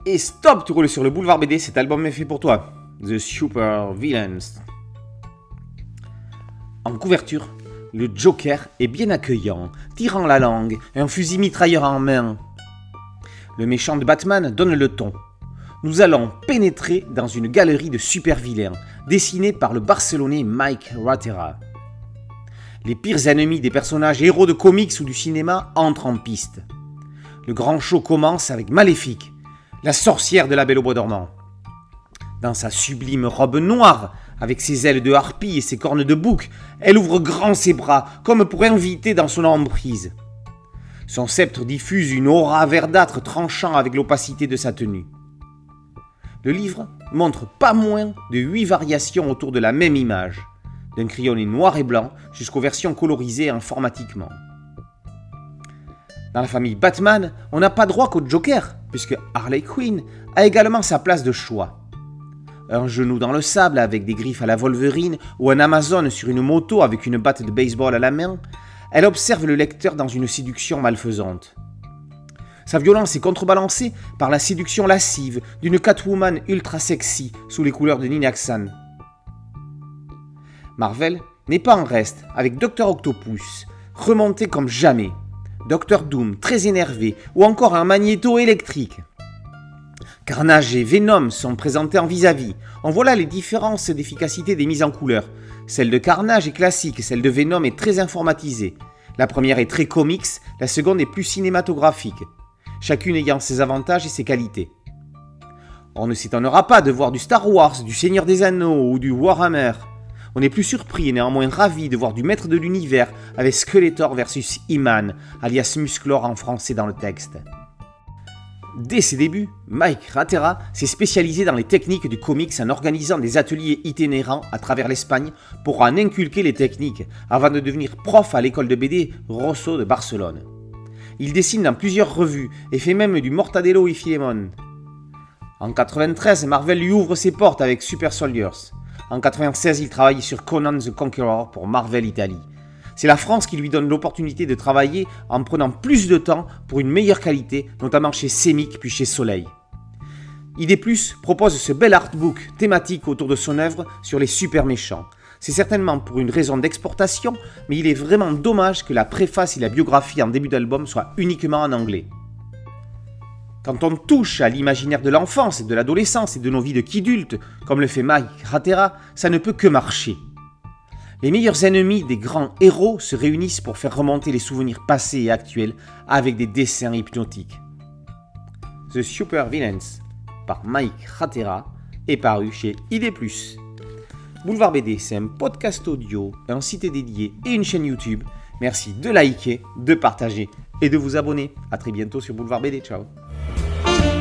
Et stop, tu roules sur le boulevard BD, cet album est fait pour toi. The Super Villains. En couverture, le Joker est bien accueillant, tirant la langue, un fusil mitrailleur en main. Le méchant de Batman donne le ton. Nous allons pénétrer dans une galerie de super vilains, dessinée par le Barcelonais Mike Ratera. Les pires ennemis des personnages héros de comics ou du cinéma entrent en piste. Le grand show commence avec Maléfique, la sorcière de la Belle au bois dormant. Dans sa sublime robe noire, avec ses ailes de harpie et ses cornes de bouc, elle ouvre grand ses bras, comme pour inviter dans son emprise. Son sceptre diffuse une aura verdâtre tranchant avec l'opacité de sa tenue. Le livre montre pas moins de 8 variations autour de la même image, d'un crayonné noir et blanc jusqu'aux versions colorisées informatiquement. Dans la famille Batman, on n'a pas droit qu'au Joker, puisque Harley Quinn a également sa place de choix. Un genou dans le sable avec des griffes à la Wolverine ou un Amazon sur une moto avec une batte de baseball à la main, elle observe le lecteur dans une séduction malfaisante. Sa violence est contrebalancée par la séduction lascive d'une Catwoman ultra sexy sous les couleurs de Nina Khan. Marvel n'est pas en reste avec Dr Octopus, remonté comme jamais, Dr Doom très énervé ou encore un Magneto électrique. Carnage et Venom sont présentés en vis-à-vis. On voit là les différences d'efficacité des mises en couleur. Celle de Carnage est classique, celle de Venom est très informatisée. La première est très comics, la seconde est plus cinématographique, chacune ayant ses avantages et ses qualités. On ne s'étonnera pas de voir du Star Wars, du Seigneur des Anneaux ou du Warhammer. On est plus surpris et néanmoins ravi de voir du Maître de l'Univers avec Skeletor versus He-Man, alias Musclor en français dans le texte. Dès ses débuts, Mike Ratera s'est spécialisé dans les techniques du comics en organisant des ateliers itinérants à travers l'Espagne pour en inculquer les techniques, avant de devenir prof à l'école de BD Rosso de Barcelone. Il dessine dans plusieurs revues et fait même du Mortadelo et Filemon. En 1993, Marvel lui ouvre ses portes avec Super Soldiers. En 1996, il travaille sur Conan the Conqueror pour Marvel Italie. C'est la France qui lui donne l'opportunité de travailler en prenant plus de temps pour une meilleure qualité, notamment chez Semic puis chez Soleil. ID+ propose ce bel artbook thématique autour de son œuvre sur les super méchants. C'est certainement pour une raison d'exportation, mais il est vraiment dommage que la préface et la biographie en début d'album soient uniquement en anglais. Quand on touche à l'imaginaire de l'enfance, de l'adolescence et de nos vies de kidultes, comme le fait Mike Ratera, ça ne peut que marcher. Les meilleurs ennemis des grands héros se réunissent pour faire remonter les souvenirs passés et actuels avec des dessins hypnotiques. The Super Villains par Mike Ratera est paru chez ID+. Boulevard BD, c'est un podcast audio, un site dédié et une chaîne YouTube. Merci de liker, de partager et de vous abonner. A très bientôt sur Boulevard BD. Ciao.